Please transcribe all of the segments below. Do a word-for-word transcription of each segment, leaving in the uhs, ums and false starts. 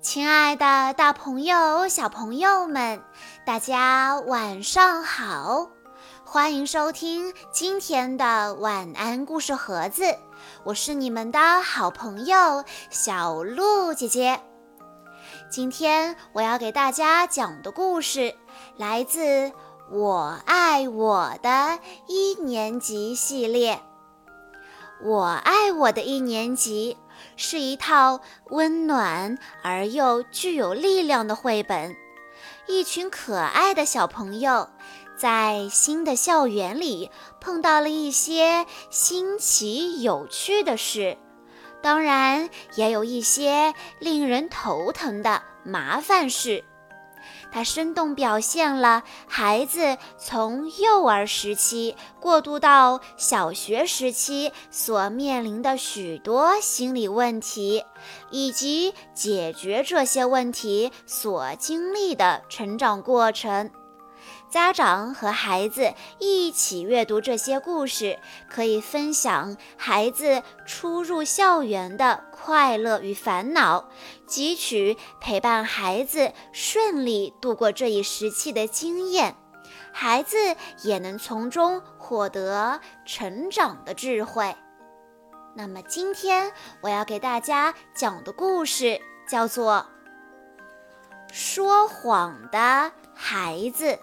亲爱的大朋友、小朋友们，大家晚上好！欢迎收听今天的晚安故事盒子，我是你们的好朋友小鹿姐姐。今天我要给大家讲的故事来自《我爱我的一年级》系列。我爱我的一年级是一套温暖而又具有力量的绘本，一群可爱的小朋友在新的校园里碰到了一些新奇有趣的事，当然也有一些令人头疼的麻烦事。它生动表现了孩子从幼儿时期过渡到小学时期所面临的许多心理问题，以及解决这些问题所经历的成长过程。家长和孩子一起阅读这些故事，可以分享孩子初入校园的快乐与烦恼，汲取陪伴孩子顺利度过这一时期的经验，孩子也能从中获得成长的智慧。那么今天我要给大家讲的故事叫做《说谎的孩子》。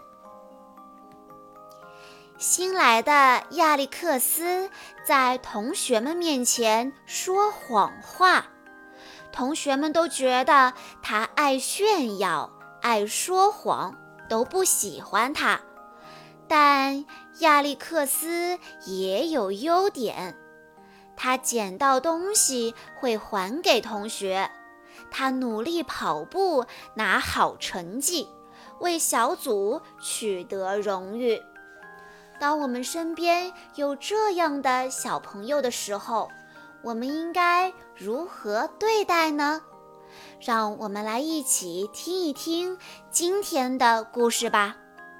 新来的亚历克斯在同学们面前说谎话，同学们都觉得他爱炫耀、爱说谎，都不喜欢他。但亚历克斯也有优点，他捡到东西会还给同学，他努力跑步拿好成绩，为小组取得荣誉。当我们身边有这样的小朋友的时候，我们应该如何对待呢？让我们来一起听一听今天的故事吧。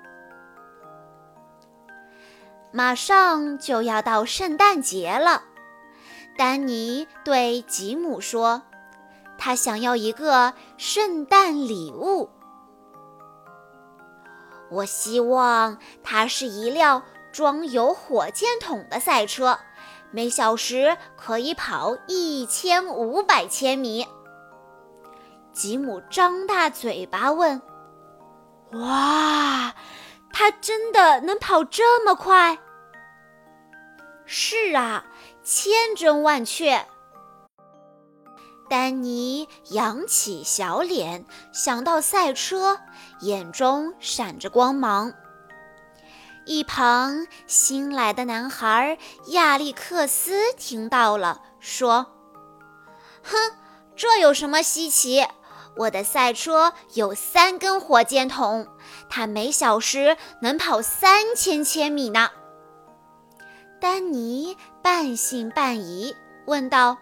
马上就要到圣诞节了，丹尼对吉姆说，他想要一个圣诞礼物。我希望它是一辆装有火箭筒的赛车，每小时可以跑一千五百千米。吉姆张大嘴巴问：哇，它真的能跑这么快？是啊，千真万确。丹尼扬起小脸，想到赛车，眼中闪着光芒。一旁新来的男孩亚历克斯听到了，说：哼，这有什么稀奇？我的赛车有三根火箭筒，它每小时能跑三千千米呢。丹尼半信半疑，问道：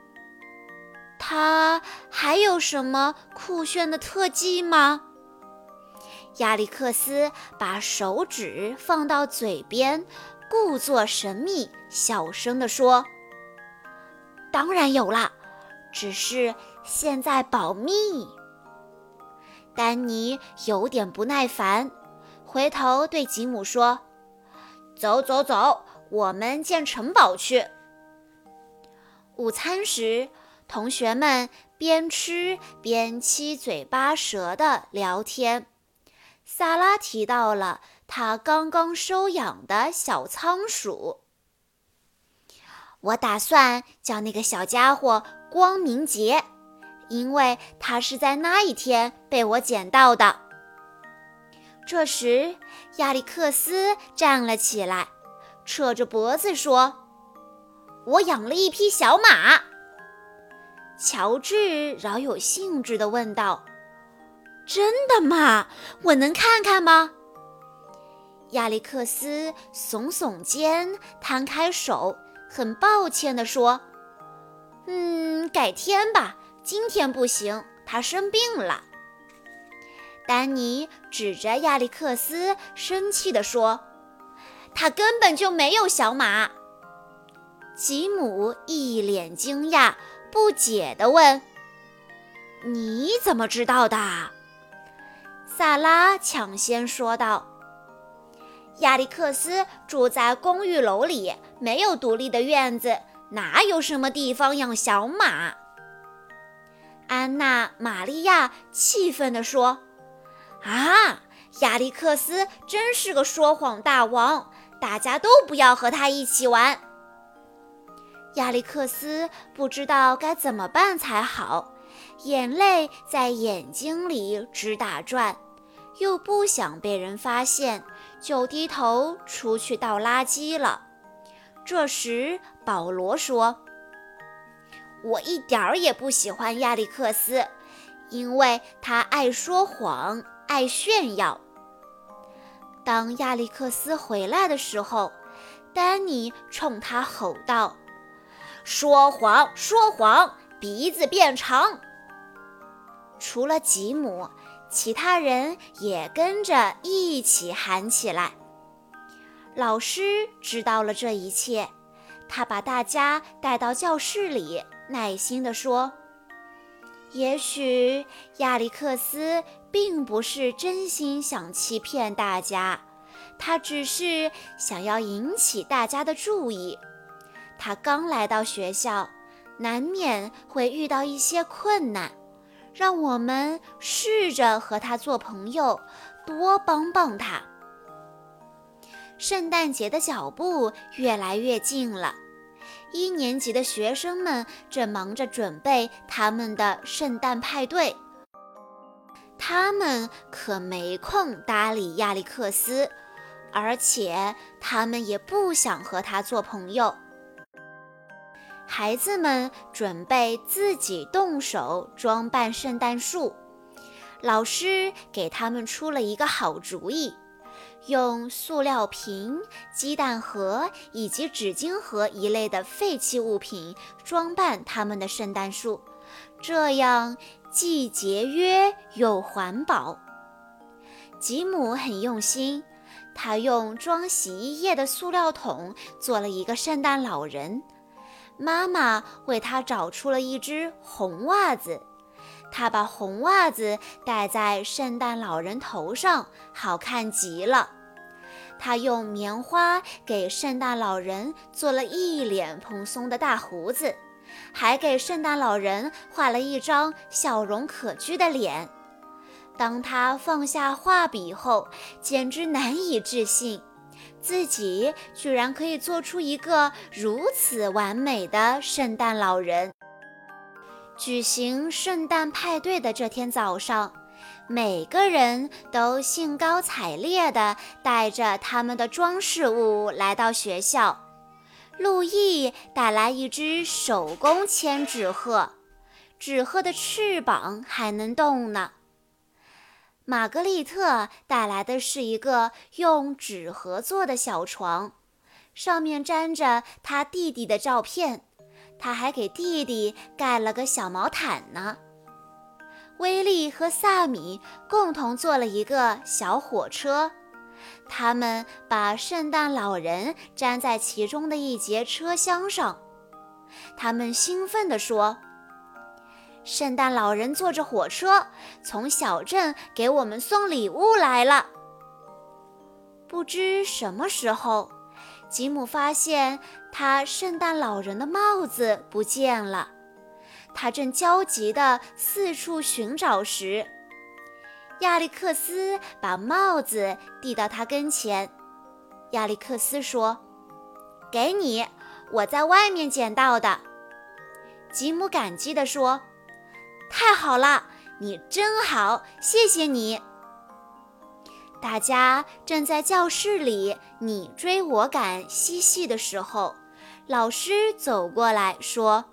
他还有什么酷炫的特技吗？亚历克斯把手指放到嘴边，故作神秘，小声地说：当然有了，只是现在保密。丹尼有点不耐烦，回头对吉姆说：走走走，我们见城堡去。午餐时，同学们边吃边七嘴八舌地聊天。萨拉提到了他刚刚收养的小仓鼠。我打算叫那个小家伙光明节，因为他是在那一天被我捡到的。这时，亚历克斯站了起来，扯着脖子说：我养了一匹小马。乔治饶有兴致地问道：真的吗？我能看看吗？亚历克斯耸耸肩，摊开手，很抱歉地说：嗯，改天吧，今天不行，他生病了。丹尼指着亚历克斯生气地说：他根本就没有小马。吉姆一脸惊讶，不解地问： 你怎么知道的？萨拉抢先说道。亚历克斯住在公寓楼里，没有独立的院子，哪有什么地方养小马？安娜·玛利亚气愤地说：啊，亚历克斯真是个说谎大王，大家都不要和他一起玩。亚历克斯不知道该怎么办才好，眼泪在眼睛里直打转，又不想被人发现，就低头出去倒垃圾了。这时保罗说：我一点儿也不喜欢亚历克斯，因为他爱说谎，爱炫耀。当亚历克斯回来的时候，丹尼冲他吼道：说谎，说谎，鼻子变长。除了吉姆，其他人也跟着一起喊起来。老师知道了这一切，他把大家带到教室里，耐心地说：也许亚历克斯并不是真心想欺骗大家，他只是想要引起大家的注意。他刚来到学校，难免会遇到一些困难，让我们试着和他做朋友，多帮帮他。圣诞节的脚步越来越近了，一年级的学生们正忙着准备他们的圣诞派对。他们可没空搭理亚历克斯，而且他们也不想和他做朋友。孩子们准备自己动手装扮圣诞树，老师给他们出了一个好主意，用塑料瓶、鸡蛋盒以及纸巾盒一类的废弃物品装扮他们的圣诞树，这样既节约又环保。吉姆很用心，他用装洗衣液的塑料桶做了一个圣诞老人。妈妈为他找出了一只红袜子，他把红袜子戴在圣诞老人头上，好看极了。他用棉花给圣诞老人做了一脸蓬松的大胡子，还给圣诞老人画了一张笑容可掬的脸。当他放下画笔后，简直难以置信，自己居然可以做出一个如此完美的圣诞老人。举行圣诞派对的这天早上，每个人都兴高采烈地带着他们的装饰物来到学校。路易带来一只手工千纸鹤，纸鹤的翅膀还能动呢。玛格丽特带来的是一个用纸盒做的小床，上面粘着他弟弟的照片，他还给弟弟盖了个小毛毯呢。威利和萨米共同做了一个小火车，他们把圣诞老人粘在其中的一节车厢上。他们兴奋地说：圣诞老人坐着火车从小镇给我们送礼物来了。不知什么时候，吉姆发现他圣诞老人的帽子不见了。他正焦急地四处寻找时，亚历克斯把帽子递到他跟前。亚历克斯说：给你，我在外面捡到的。吉姆感激地说：太好了，你真好，谢谢你。大家正在教室里你追我赶嬉戏的时候，老师走过来说：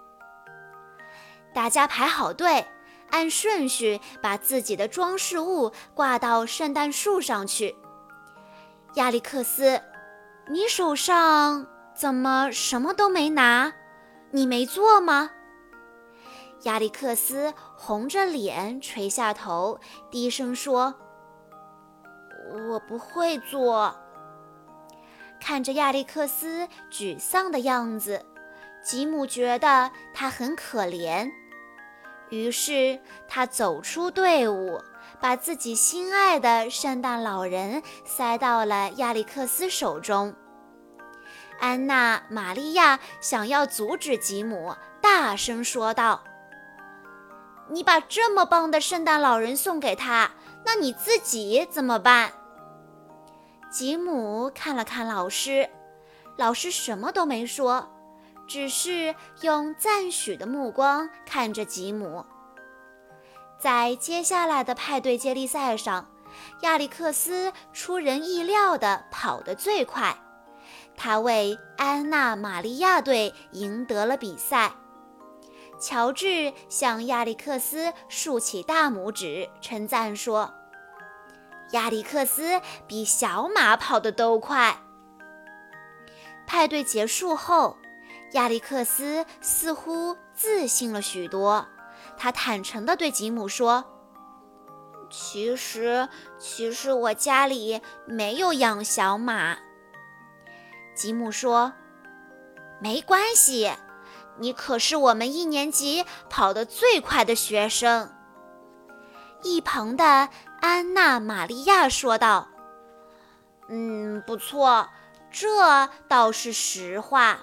大家排好队，按顺序把自己的装饰物挂到圣诞树上去。亚历克斯，你手上怎么什么都没拿？你没做吗？亚历克斯红着脸垂下头，低声说：我不会做。看着亚历克斯沮丧的样子，吉姆觉得他很可怜。 于是他走出队伍，把自己心爱的圣诞老人塞到了亚历克斯手中。安娜·玛利亚想要阻止吉姆，大声说道：你把这么棒的圣诞老人送给他，那你自己怎么办？吉姆看了看老师，老师什么都没说，只是用赞许的目光看着吉姆。在接下来的派对接力赛上，亚历克斯出人意料地跑得最快，他为安娜·玛利亚队赢得了比赛。乔治向亚历克斯竖起大拇指，称赞说：亚历克斯比小马跑得都快。派对结束后，亚历克斯似乎自信了许多，他坦诚地对吉姆说：其实，其实我家里没有养小马。吉姆说：没关系，你可是我们一年级跑得最快的学生。一旁的安娜·玛利亚说道：嗯，不错，这倒是实话。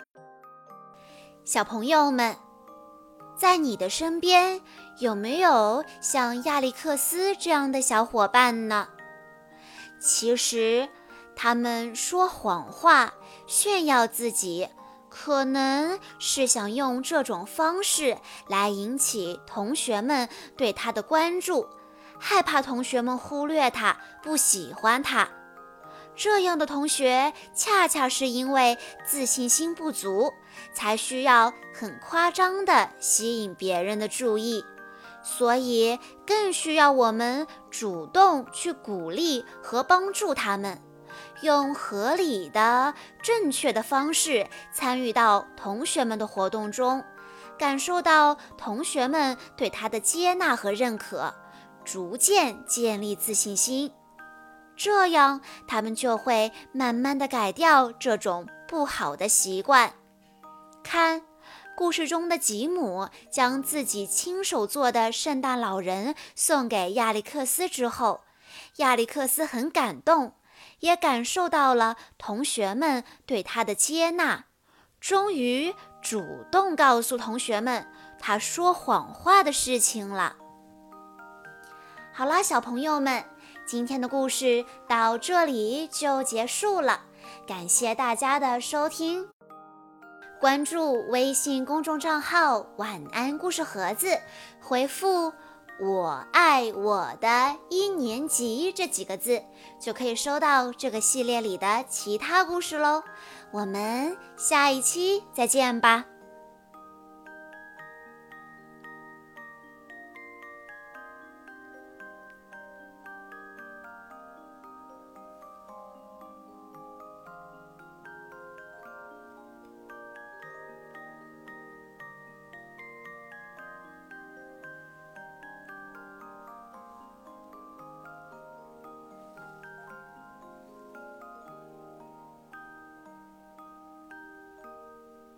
小朋友们，在你的身边有没有像亚历克斯这样的小伙伴呢？其实他们说谎话，炫耀自己，可能是想用这种方式来引起同学们对他的关注，害怕同学们忽略他，不喜欢他。这样的同学恰恰是因为自信心不足，才需要很夸张地吸引别人的注意，所以更需要我们主动去鼓励和帮助他们，用合理的、正确的方式参与到同学们的活动中，感受到同学们对他的接纳和认可，逐渐建立自信心。这样，他们就会慢慢地改掉这种不好的习惯。看，故事中的吉姆将自己亲手做的圣诞老人送给亚历克斯之后，亚历克斯很感动，也感受到了同学们对他的接纳，终于主动告诉同学们他说谎话的事情了。好啦，小朋友们，今天的故事到这里就结束了，感谢大家的收听。关注微信公众账号晚安故事盒子，回复我爱我的一年级这几个字，就可以收到这个系列里的其他故事喽。我们下一期再见吧。